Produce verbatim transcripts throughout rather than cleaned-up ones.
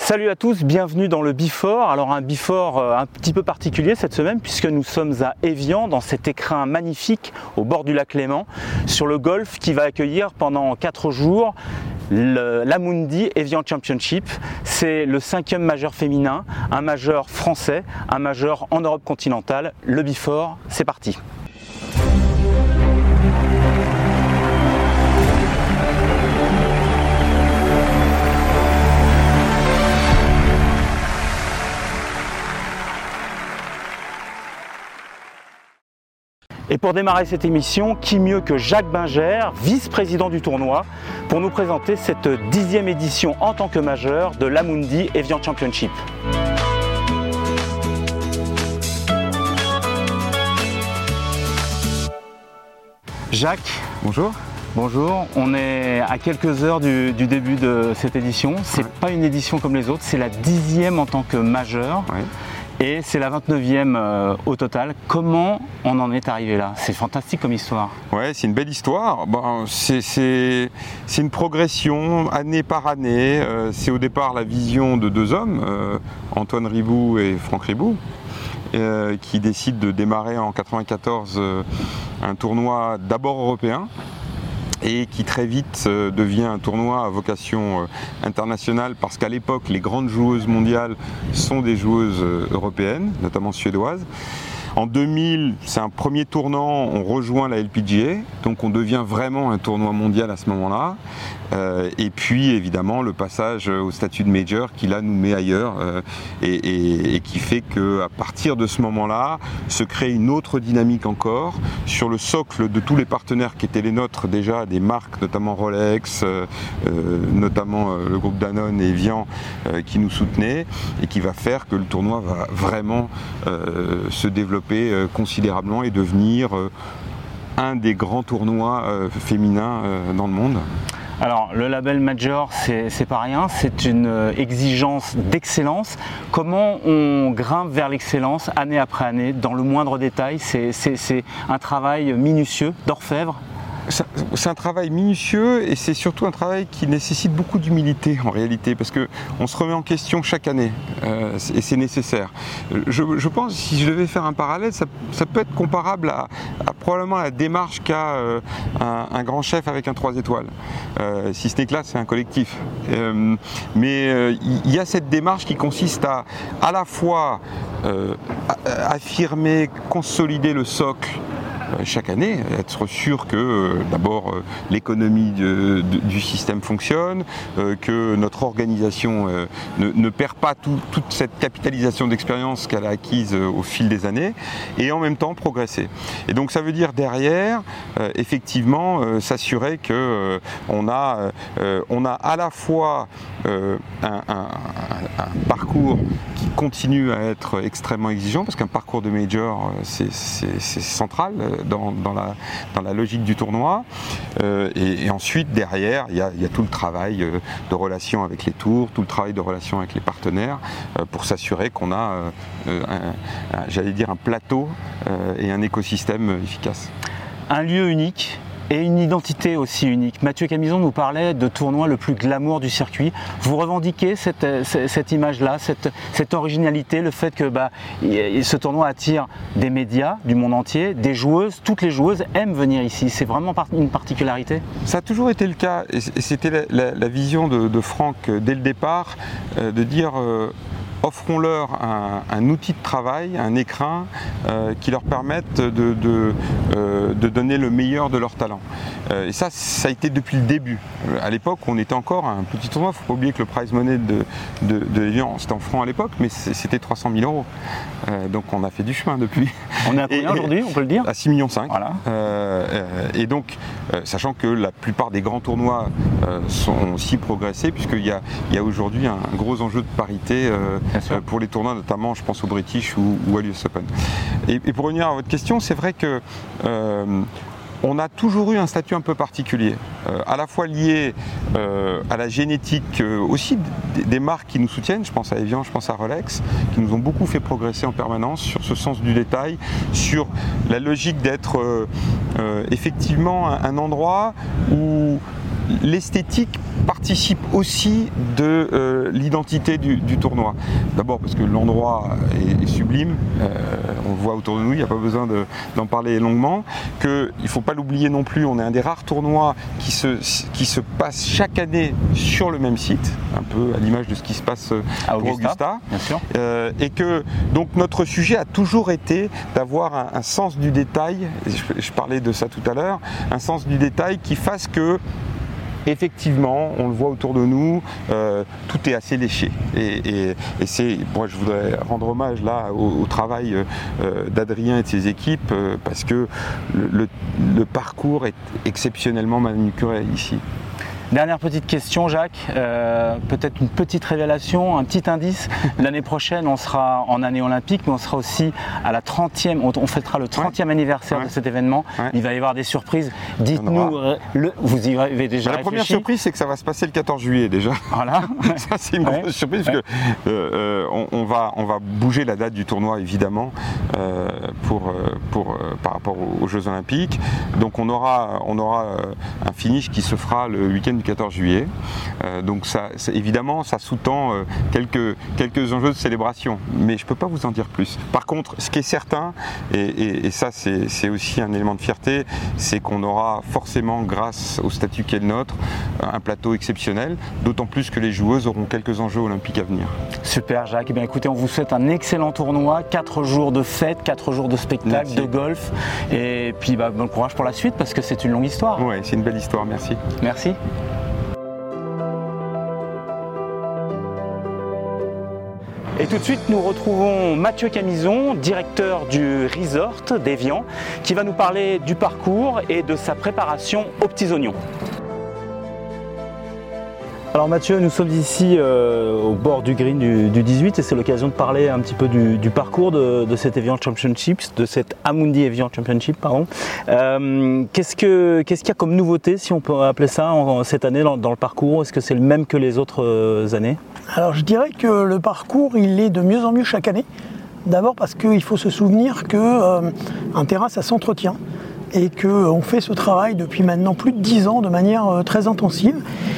Salut à tous, bienvenue dans le Before. Alors un Before un petit peu particulier cette semaine puisque nous sommes à Évian dans cet écrin magnifique au bord du lac Léman sur le golf qui va accueillir pendant quatre jours le, l'Amundi Évian Championship. C'est le cinquième majeur féminin, un majeur français, un majeur en Europe continentale. Le Before, c'est parti. Et pour démarrer cette émission, qui mieux que Jacques Binger, vice-président du tournoi, pour nous présenter cette dixième édition en tant que majeur de l'Amundi Évian Championship. Jacques, bonjour. Bonjour, on est à quelques heures du, du début de cette édition. C'est ouais. pas une édition comme les autres, c'est la dixième en tant que majeur. Ouais. Et c'est la vingt-neuvième euh, au total. Comment on en est arrivé là? C'est fantastique comme histoire. Ouais, c'est une belle histoire. Bon, c'est, c'est, c'est une progression année par année. Euh, c'est au départ la vision de deux hommes, euh, Antoine Riboud et Franck Riboud, euh, qui décident de démarrer en quatre-vingt-quatorze euh, un tournoi d'abord européen, et qui très vite euh, devient un tournoi à vocation euh, internationale parce qu'à l'époque les grandes joueuses mondiales sont des joueuses euh, européennes, notamment suédoises. En deux mille, c'est un premier tournant, on rejoint la L P G A, donc on devient vraiment un tournoi mondial à ce moment-là. Euh, et puis évidemment le passage au statut de major qui là nous met ailleurs euh, et, et, et qui fait qu'à partir de ce moment-là se crée une autre dynamique encore sur le socle de tous les partenaires qui étaient les nôtres déjà, des marques notamment Rolex, euh, euh, notamment euh, le groupe Danone et Evian euh, qui nous soutenaient et qui va faire que le tournoi va vraiment euh, se développer euh, considérablement et devenir euh, un des grands tournois euh, féminins euh, dans le monde. Alors le label Major, c'est, c'est pas rien, c'est une exigence d'excellence. Comment on grimpe vers l'excellence année après année, dans le moindre détail? C'est, c'est, c'est un travail minutieux, d'orfèvre? C'est un travail minutieux et c'est surtout un travail qui nécessite beaucoup d'humilité en réalité parce qu'on se remet en question chaque année euh, et c'est nécessaire. Je, je pense, si je devais faire un parallèle, ça, ça peut être comparable à, à probablement la démarche qu'a euh, un, un grand chef avec un trois étoiles. Euh, si ce n'est que là, c'est un collectif. Euh, mais euh, il y a cette démarche qui consiste à à la fois euh, affirmer, consolider le socle chaque année, être sûr que euh, d'abord euh, l'économie de, de, du système fonctionne, euh, que notre organisation euh, ne, ne perd pas tout, toute cette capitalisation d'expérience qu'elle a acquise euh, au fil des années, et en même temps progresser. Et donc ça veut dire derrière, euh, effectivement, euh, s'assurer que euh, on a, euh, on a à la fois euh, un, un, un, un parcours qui continue à être extrêmement exigeant, parce qu'un parcours de major, c'est, c'est, c'est central Dans, dans, la, dans la logique du tournoi euh, et, et ensuite derrière il y, a, il y a tout le travail euh, de relation avec les tours, tout le travail de relation avec les partenaires euh, pour s'assurer qu'on a euh, un, un, j'allais dire un plateau euh, et un écosystème efficace. Un lieu unique et une identité aussi unique. Mathieu Camison nous parlait de tournoi le plus glamour du circuit. Vous revendiquez cette, cette image-là, cette, cette originalité, le fait que bah, ce tournoi attire des médias du monde entier, des joueuses, toutes les joueuses aiment venir ici. C'est vraiment une particularité? Ça a toujours été le cas et c'était la, la, la vision de, de Franck dès le départ, euh, de dire euh, offrons-leur un, un outil de travail, un écrin euh, qui leur permette de, de, euh, de donner le meilleur de leur talent. Euh, et ça, ça a été depuis le début. Euh, à l'époque, on était encore un petit tournoi. Il ne faut pas oublier que le prize money de, de, de Evian, c'était en francs à l'époque, mais c'était trois cent mille euros. Euh, donc on a fait du chemin depuis. On est à combien aujourd'hui, on peut le dire? À six virgule cinq millions. Voilà. Euh, euh, et donc, euh, sachant que la plupart des grands tournois euh, sont aussi progressés, puisqu'il y a, il y a aujourd'hui un, un gros enjeu de parité euh, euh, pour les tournois, notamment je pense au British ou, ou à l'U S Open. Et, et pour revenir à votre question, c'est vrai que euh, on a toujours eu un statut un peu particulier, euh, à la fois lié euh, à la génétique euh, aussi des, des marques qui nous soutiennent, je pense à Evian, je pense à Rolex, qui nous ont beaucoup fait progresser en permanence sur ce sens du détail, sur la logique d'être euh, euh, effectivement un, un endroit où l'esthétique, par participe aussi de euh, l'identité du, du tournoi. D'abord parce que l'endroit est, est sublime, euh, on le voit autour de nous, il n'y a pas besoin de, d'en parler longuement, qu'il ne faut pas l'oublier non plus, on est un des rares tournois qui se, qui se passe chaque année sur le même site, un peu à l'image de ce qui se passe à pour Augusta, Augusta. Bien sûr. Euh, et que donc notre sujet a toujours été d'avoir un, un sens du détail, je, je parlais de ça tout à l'heure, un sens du détail qui fasse que effectivement, on le voit autour de nous, euh, tout est assez léché. Et, et, et c'est, moi, je voudrais rendre hommage là au, au travail euh, d'Adrien et de ses équipes euh, parce que le, le, le parcours est exceptionnellement manucuré ici. Dernière petite question, Jacques, euh, peut-être une petite révélation, un petit indice. L'année prochaine, on sera en année olympique, mais on sera aussi à la trentième, on, on fêtera le trentième ouais. anniversaire ouais. de cet événement. Ouais. Il va y avoir des surprises. Dites-nous, le, vous y avez déjà bah, La réfléchi. première surprise, c'est que ça va se passer le quatorze juillet déjà. Voilà. Ça, c'est une ouais. grosse surprise, ouais. parce que euh, on, on, va, on va bouger la date du tournoi, évidemment, euh, pour, pour, euh, par rapport aux, aux Jeux Olympiques. Donc on aura, on aura un finish qui se fera le week-end du quatorze juillet. Euh, donc ça, évidemment, ça sous-tend euh, quelques, quelques enjeux de célébration, mais je ne peux pas vous en dire plus. Par contre, ce qui est certain, et, et, et ça c'est, c'est aussi un élément de fierté, c'est qu'on aura forcément, grâce au statut qui est le nôtre, un plateau exceptionnel, d'autant plus que les joueuses auront quelques enjeux olympiques à venir. Super Jacques, eh bien, écoutez, on vous souhaite un excellent tournoi, quatre jours de fête, quatre jours de spectacle, merci. De golf, et puis bah, bon courage pour la suite parce que c'est une longue histoire. Oui, c'est une belle histoire, merci. Merci. Et tout de suite, nous retrouvons Mathieu Camison, directeur du resort d'Évian, qui va nous parler du parcours et de sa préparation aux petits oignons. Alors Mathieu, nous sommes ici euh, au bord du green du, du dix-huit et c'est l'occasion de parler un petit peu du, du parcours de, de cet Évian Championship, de cette Amundi Évian Championship, pardon. Euh, qu'est-ce, que, qu'est-ce qu'il y a comme nouveauté, si on peut appeler ça, en, cette année dans, dans le parcours? Est-ce que c'est le même que les autres euh, années? Alors je dirais que le parcours, il est de mieux en mieux chaque année. D'abord parce qu'il faut se souvenir qu'un euh, terrain, ça s'entretient et qu'on fait ce travail depuis maintenant plus de dix ans de manière euh, très intensive.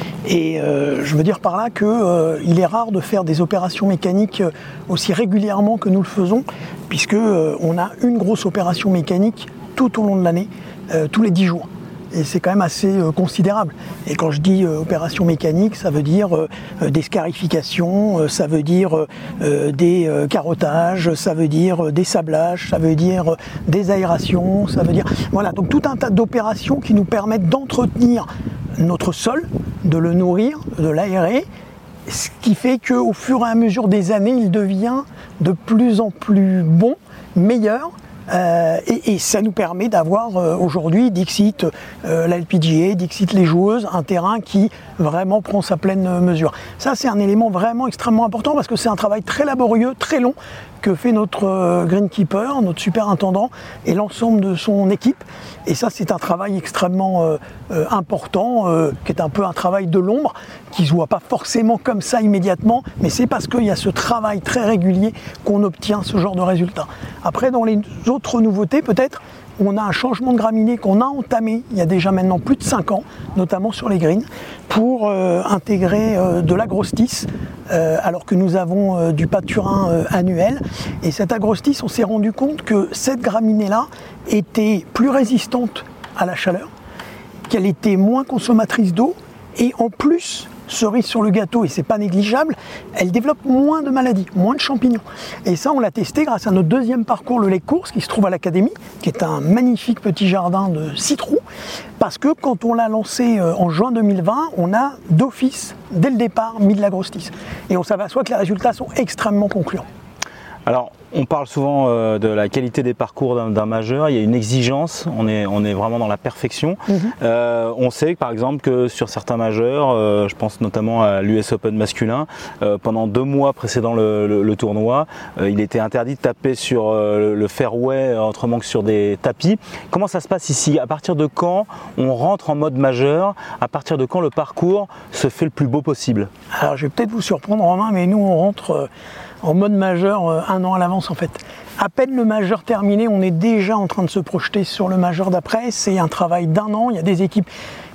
Et euh, je veux dire par là qu'il euh, est rare de faire des opérations mécaniques aussi régulièrement que nous le faisons, puisque euh, on a une grosse opération mécanique tout au long de l'année, euh, tous les dix jours. Et c'est quand même assez euh, considérable. Et quand je dis euh, opération mécanique, ça veut dire euh, des scarifications, euh, ça veut dire euh, des euh, carottages, ça veut dire euh, des sablages, ça veut dire euh, des aérations, ça veut dire... Voilà, donc tout un tas d'opérations qui nous permettent d'entretenir notre sol, de le nourrir, de l'aérer, ce qui fait qu'au fur et à mesure des années, il devient de plus en plus bon, meilleur. Euh, et, et ça nous permet d'avoir euh, aujourd'hui, Dixit, euh, la L P G A, Dixit les joueuses, un terrain qui vraiment prend sa pleine mesure. Ça, c'est un élément vraiment extrêmement important parce que c'est un travail très laborieux, très long que fait notre euh, greenkeeper, notre superintendant et l'ensemble de son équipe. Et ça, c'est un travail extrêmement euh, euh, important, euh, qui est un peu un travail de l'ombre, qui ne se voit pas forcément comme ça immédiatement, mais c'est parce qu'il y a ce travail très régulier qu'on obtient ce genre de résultats. Après, dans les autres nouveautés, peut-être, on a un changement de graminé qu'on a entamé il y a déjà maintenant plus de cinq ans, notamment sur les greens, pour euh, intégrer euh, de l'agrostis, euh, alors que nous avons euh, du pâturin euh, annuel. Et cette agrostis, on s'est rendu compte que cette graminée-là était plus résistante à la chaleur, qu'elle était moins consommatrice d'eau, et en plus, cerise sur le gâteau, et c'est pas négligeable, elle développe moins de maladies, moins de champignons. Et ça, on l'a testé grâce à notre deuxième parcours, le Lait Course, qui se trouve à l'Académie, qui est un magnifique petit jardin de six trous, parce que quand on l'a lancé en juin deux mille vingt, on a d'office, dès le départ, mis de l'agrostis. Et on s'aperçoit que les résultats sont extrêmement concluants. Alors, on parle souvent euh, de la qualité des parcours d'un, d'un majeur, il y a une exigence, on est, on est vraiment dans la perfection. Mmh. Euh, on sait par exemple que sur certains majeurs, euh, je pense notamment à l'U S Open masculin, euh, pendant deux mois précédant le, le, le tournoi, euh, il était interdit de taper sur euh, le fairway autrement que sur des tapis. Comment ça se passe ici? À partir de quand on rentre en mode majeur? À partir de quand le parcours se fait le plus beau possible? Alors je vais peut-être vous surprendre Romain, mais nous on rentre... Euh... en mode majeur euh, un an à l'avance en fait. À peine le majeur terminé, on est déjà en train de se projeter sur le majeur d'après. C'est un travail d'un an, il y a des équipes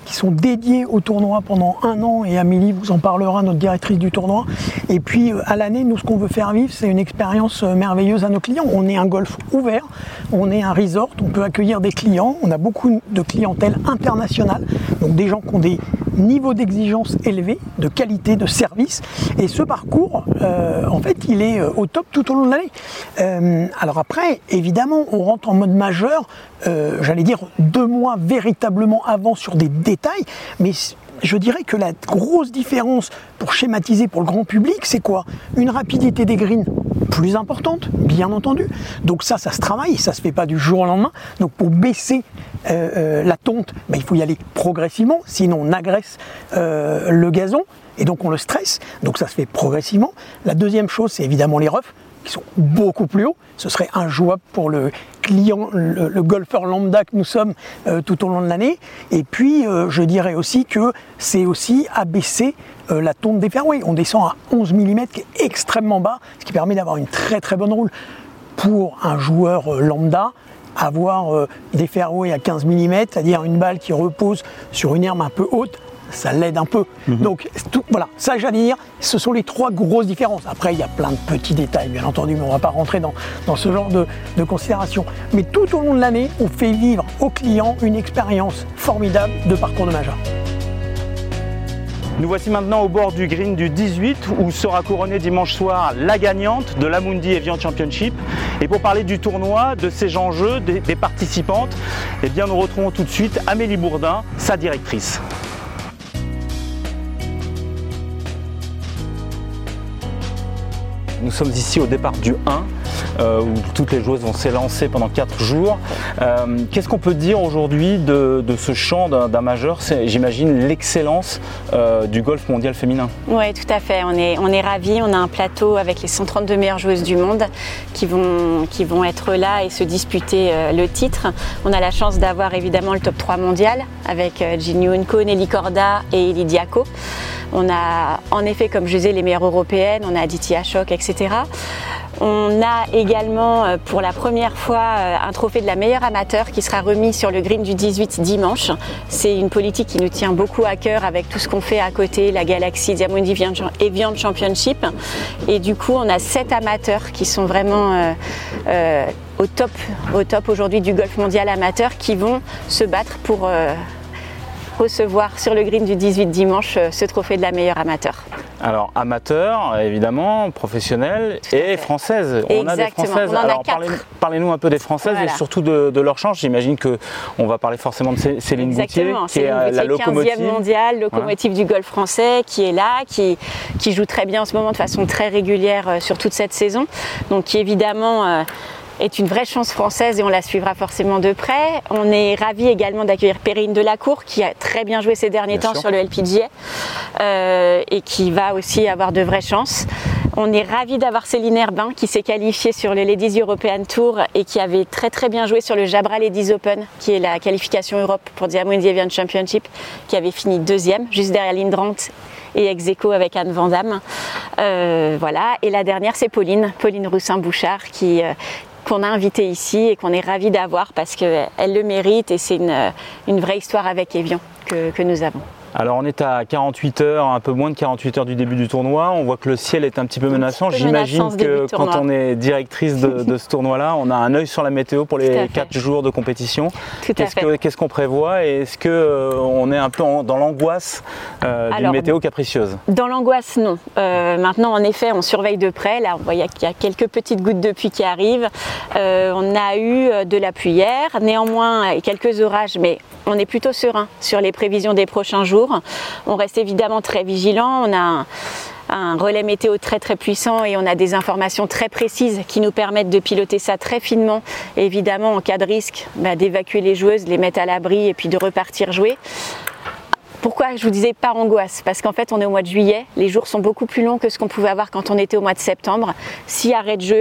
qui sont dédiés au tournoi pendant un an, et Amélie vous en parlera, notre directrice du tournoi. Et puis à l'année, nous, ce qu'on veut faire vivre, c'est une expérience merveilleuse à nos clients. On est un golf ouvert, on est un resort, on peut accueillir des clients, on a beaucoup de clientèle internationale, donc des gens qui ont des niveaux d'exigence élevés, de qualité, de service. Et ce parcours, euh, en fait, il est au top tout au long de l'année. Euh, alors après, évidemment, on rentre en mode majeur, euh, j'allais dire deux mois véritablement avant sur des détails, mais je dirais que la grosse différence, pour schématiser pour le grand public, c'est quoi? Une rapidité des greens plus importante, bien entendu. Donc ça, ça se travaille, ça se fait pas du jour au lendemain. Donc pour baisser euh, euh, la tonte, ben, il faut y aller progressivement, sinon on agresse euh, le gazon et donc on le stresse. Donc ça se fait progressivement. La deuxième chose, c'est évidemment les roughs, qui sont beaucoup plus hauts. Ce serait injouable pour le client, le, le golfeur lambda que nous sommes euh, tout au long de l'année. Et puis, euh, je dirais aussi que c'est aussi abaisser euh, la tonte des fairways. On descend à onze millimètres, qui est extrêmement bas, ce qui permet d'avoir une très très bonne roule. Pour un joueur euh, lambda, avoir euh, des fairways à quinze millimètres, c'est-à-dire une balle qui repose sur une herbe un peu haute, ça l'aide un peu. Mmh. Donc tout, voilà, ça j'allais dire, ce sont les trois grosses différences. Après, il y a plein de petits détails, bien entendu, mais on ne va pas rentrer dans, dans ce genre de, de considération. Mais tout au long de l'année, on fait vivre aux clients une expérience formidable de parcours de majeur. Nous voici maintenant au bord du green du dix-huit, où sera couronnée dimanche soir la gagnante de l'Amundi Evian Championship. Et pour parler du tournoi, de ses enjeux, des, des participantes, eh bien, nous retrouvons tout de suite Amélie Bourdin, sa directrice. Nous sommes ici au départ du un, euh, où toutes les joueuses vont s'élancer pendant quatre jours. Euh, Qu'est-ce qu'on peut dire aujourd'hui de, de ce champ d'un majeur? C'est, j'imagine, l'excellence euh, du golf mondial féminin. Oui, tout à fait. On est, on est ravis. On a un plateau avec les cent trente-deux meilleures joueuses du monde qui vont, qui vont être là et se disputer euh, le titre. On a la chance d'avoir évidemment le top trois mondial avec euh, Jin Yoon Ko, Nelly Korda et Eli Diaco. On a en effet, comme je disais, les meilleures européennes, on a Aditi Ashok, et cetera. On a également pour la première fois un trophée de la meilleure amateur qui sera remis sur le green du dix-huit dimanche. C'est une politique qui nous tient beaucoup à cœur avec tout ce qu'on fait à côté, la Galaxy Diamond Evian Championship. Et du coup, on a sept amateurs qui sont vraiment euh, euh, au top, au top aujourd'hui du golf mondial amateur qui vont se battre pour euh, recevoir sur le green du dix-huit dimanche ce trophée de la meilleure amateur. Alors amateur, évidemment, professionnelle et française. Exactement. On a des françaises. On en a Alors quatre. parlez, parlez-nous un peu des françaises Voilà. et surtout de, de leur chance. J'imagine que on va parler forcément de Céline Boutier, qui est la locomotive. quinzième mondiale, locomotive voilà. du golf français, qui est là, qui, qui joue très bien en ce moment de façon très régulière euh, sur toute cette saison. Donc qui évidemment euh, est une vraie chance française et on la suivra forcément de près. On est ravis également d'accueillir Perrine Delacour qui a très bien joué ces derniers bien temps sûr. sur le L P G A euh, et qui va aussi avoir de vraies chances. On est ravis d'avoir Céline Herbin qui s'est qualifiée sur le Ladies European Tour et qui avait très très bien joué sur le Jabra Ladies Open, qui est la qualification Europe pour Diamond Evian Championship, qui avait fini deuxième, juste derrière Lindrant et ex aequo avec Anne Van Damme. Euh, voilà. Et la dernière, c'est Pauline, Pauline Roussin-Bouchard, qui euh, qu'on a invitée ici et qu'on est ravis d'avoir parce qu'elle le mérite et c'est une, une vraie histoire avec Evian que, que nous avons. Alors on est à quarante-huit heures, un peu moins de quarante-huit heures du début du tournoi. On voit que le ciel est un petit peu menaçant. J'imagine que quand on est directrice de, de ce tournoi-là, on a un œil sur la météo pour les quatre jours de compétition. Qu'est-ce qu'on qu'est-ce qu'on prévoit et est-ce qu'on euh, est un peu en, dans l'angoisse euh, d'une météo capricieuse? Dans l'angoisse, non. Euh, maintenant, en effet, on surveille de près. Là, on voit qu'il y a quelques petites gouttes de pluie qui arrivent. Euh, on a eu de la pluie hier, néanmoins quelques orages, mais on est plutôt serein sur les prévisions des prochains jours. On reste évidemment très vigilant, on a un, un relais météo très très puissant et on a des informations très précises qui nous permettent de piloter ça très finement. Et évidemment, en cas de risque, bah, d'évacuer les joueuses, de les mettre à l'abri et puis de repartir jouer. Pourquoi je vous disais pas angoisse? Parce qu'en fait on est au mois de juillet, les jours sont beaucoup plus longs que ce qu'on pouvait avoir quand on était au mois de septembre. Si arrêt de jeu,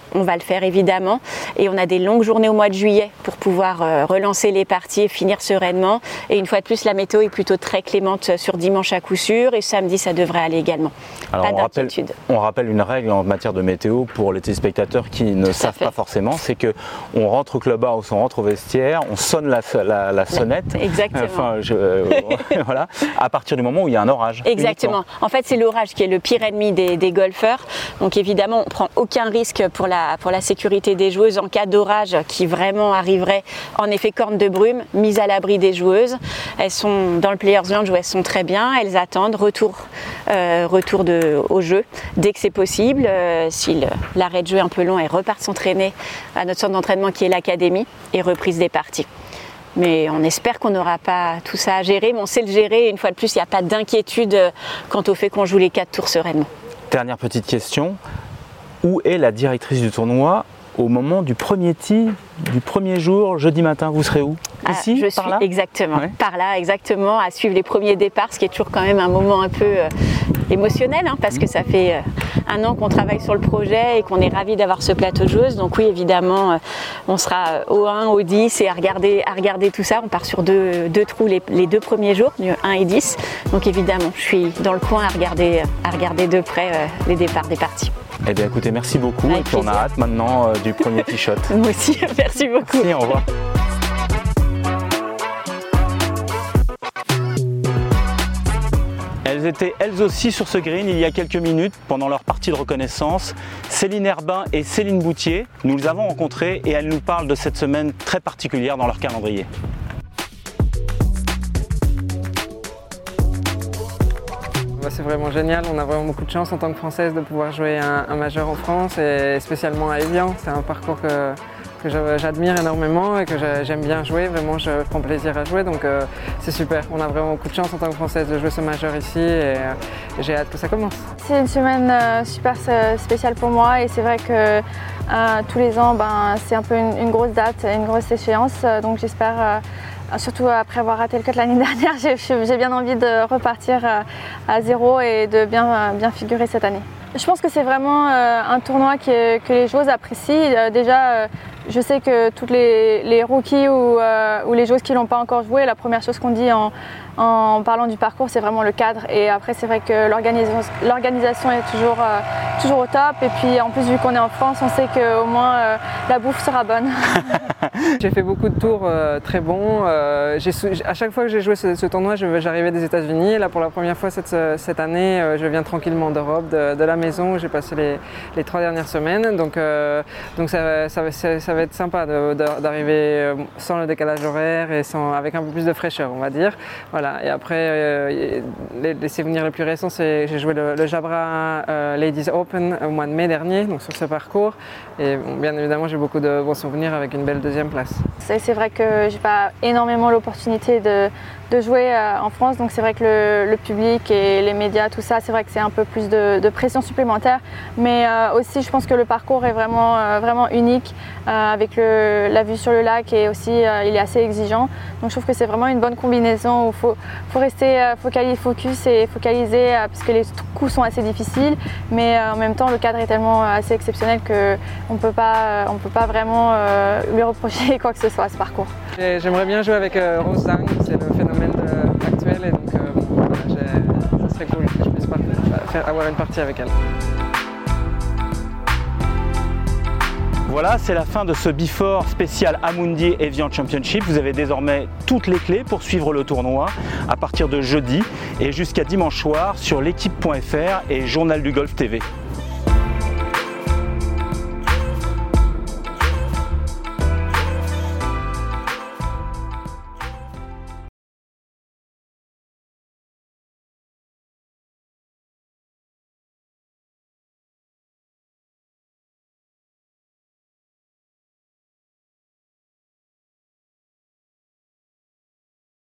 on va le faire évidemment. Et on a des longues journées au mois de juillet pour pouvoir euh, relancer les parties et finir sereinement. Et une fois de plus, la météo est plutôt très clémente sur dimanche à coup sûr. Et samedi, ça devrait aller également. Alors, pas on rappelle, on rappelle une règle en matière de météo pour les téléspectateurs qui ne Tout savent pas forcément, c'est qu'on rentre au clubhouse, on rentre au vestiaire, on sonne la, la, la sonnette. Exactement. Enfin, je, euh, voilà, à partir du moment où il y a un orage. Exactement. Uniquement. En fait, c'est l'orage qui est le pire ennemi des, des golfeurs. Donc évidemment, on ne prend aucun risque pour la, pour la sécurité des joueuses en cas d'orage qui vraiment arriverait. En effet, corne de brume, mise à l'abri des joueuses. Elles sont dans le Players Lounge où elles sont très bien. Elles attendent retour, euh, retour de, au jeu dès que c'est possible. Euh, si l'arrêt de jeu est un peu long, elles repartent s'entraîner à notre centre d'entraînement qui est l'académie et reprise des parties. Mais on espère qu'on n'aura pas tout ça à gérer, mais on sait le gérer. Et une fois de plus, il n'y a pas d'inquiétude quant au fait qu'on joue les quatre tours sereinement. Dernière petite question, où est la directrice du tournoi au moment du premier tee, du premier jour, jeudi matin? Vous serez où? Ici, ah, je par suis là exactement, ouais. par là, exactement, à suivre les premiers départs, ce qui est toujours quand même un moment un peu euh, émotionnel, hein, parce que ça fait euh, un an qu'on travaille sur le projet et qu'on est ravis d'avoir ce plateau de joueuses. Donc oui, évidemment, euh, on sera au un, au dix et à regarder, à regarder tout ça. On part sur deux, deux trous les, les deux premiers jours, du un et dix. Donc évidemment, je suis dans le coin à regarder, à regarder de près euh, les départs des parties. Eh bien écoutez, merci beaucoup. Avec et puis plaisir. on a hâte maintenant euh, du premier tee shot. Moi aussi, merci beaucoup. Merci, au revoir. Elles étaient elles aussi sur ce green il y a quelques minutes pendant leur partie de reconnaissance. Céline Herbin et Céline Boutier, nous les avons rencontrées et elles nous parlent de cette semaine très particulière dans leur calendrier. C'est vraiment génial, on a vraiment beaucoup de chance en tant que Française de pouvoir jouer un, un majeur en France et spécialement à Évian. C'est un parcours que, que j'admire énormément et que j'aime bien jouer, vraiment je prends plaisir à jouer, donc euh, c'est super. On a vraiment beaucoup de chance en tant que Française de jouer ce majeur ici et, euh, et j'ai hâte que ça commence. C'est une semaine euh, super spéciale pour moi et c'est vrai que euh, tous les ans ben, c'est un peu une, une grosse date, une grosse échéance, donc j'espère euh, surtout après avoir raté le cut l'année dernière, j'ai bien envie de repartir à zéro et de bien, bien figurer cette année. Je pense que c'est vraiment un tournoi que, que les joueuses apprécient. Déjà, je sais que toutes les, les rookies ou, ou les joueuses qui ne l'ont pas encore joué, la première chose qu'on dit en, en parlant du parcours, c'est vraiment le cadre. Et après, c'est vrai que l'organisation est toujours, toujours au top. Et puis, en plus, vu qu'on est en France, on sait qu'au moins la bouffe sera bonne. J'ai fait beaucoup de tours euh, très bons. Euh, à chaque fois que j'ai joué ce, ce tournoi, j'arrivais des États-Unis. Là, pour la première fois cette, cette année, euh, je viens tranquillement d'Europe, de, de la maison où j'ai passé les, les trois dernières semaines. Donc, euh, donc ça, ça, ça, ça va être sympa d'arriver sans le décalage horaire et sans, avec un peu plus de fraîcheur, on va dire. Voilà. Et après, euh, les, les souvenirs les plus récents, c'est j'ai joué le, le Jabra euh, Ladies Open au mois de mai dernier, donc sur ce parcours. Et bon, bien évidemment, j'ai beaucoup de bons souvenirs avec une belle deuxième place. C'est vrai que j'ai pas énormément l'opportunité de, de jouer en France, donc c'est vrai que le, le public et les médias, tout ça, c'est vrai que c'est un peu plus de, de pression supplémentaire, mais euh, aussi je pense que le parcours est vraiment, euh, vraiment unique euh, avec le, la vue sur le lac et aussi euh, il est assez exigeant, donc je trouve que c'est vraiment une bonne combinaison où il faut, faut rester euh, focalisé, focus et focalisé euh, parce que les coups sont assez difficiles, mais euh, en même temps le cadre est tellement euh, assez exceptionnel qu'on ne peut pas, on peut pas vraiment euh, lui reprocher quoi que ce soit à ce parcours. J'aimerais bien jouer avec euh, Rose Zhang, c'est le phénomène de, actuel et donc euh, bon, voilà, ça serait cool que je puisse faire, avoir une partie avec elle. Voilà, c'est la fin de ce Before spécial Amundi Evian Championship. Vous avez désormais toutes les clés pour suivre le tournoi à partir de jeudi et jusqu'à dimanche soir sur l'équipe point F R et Journal du Golf T V.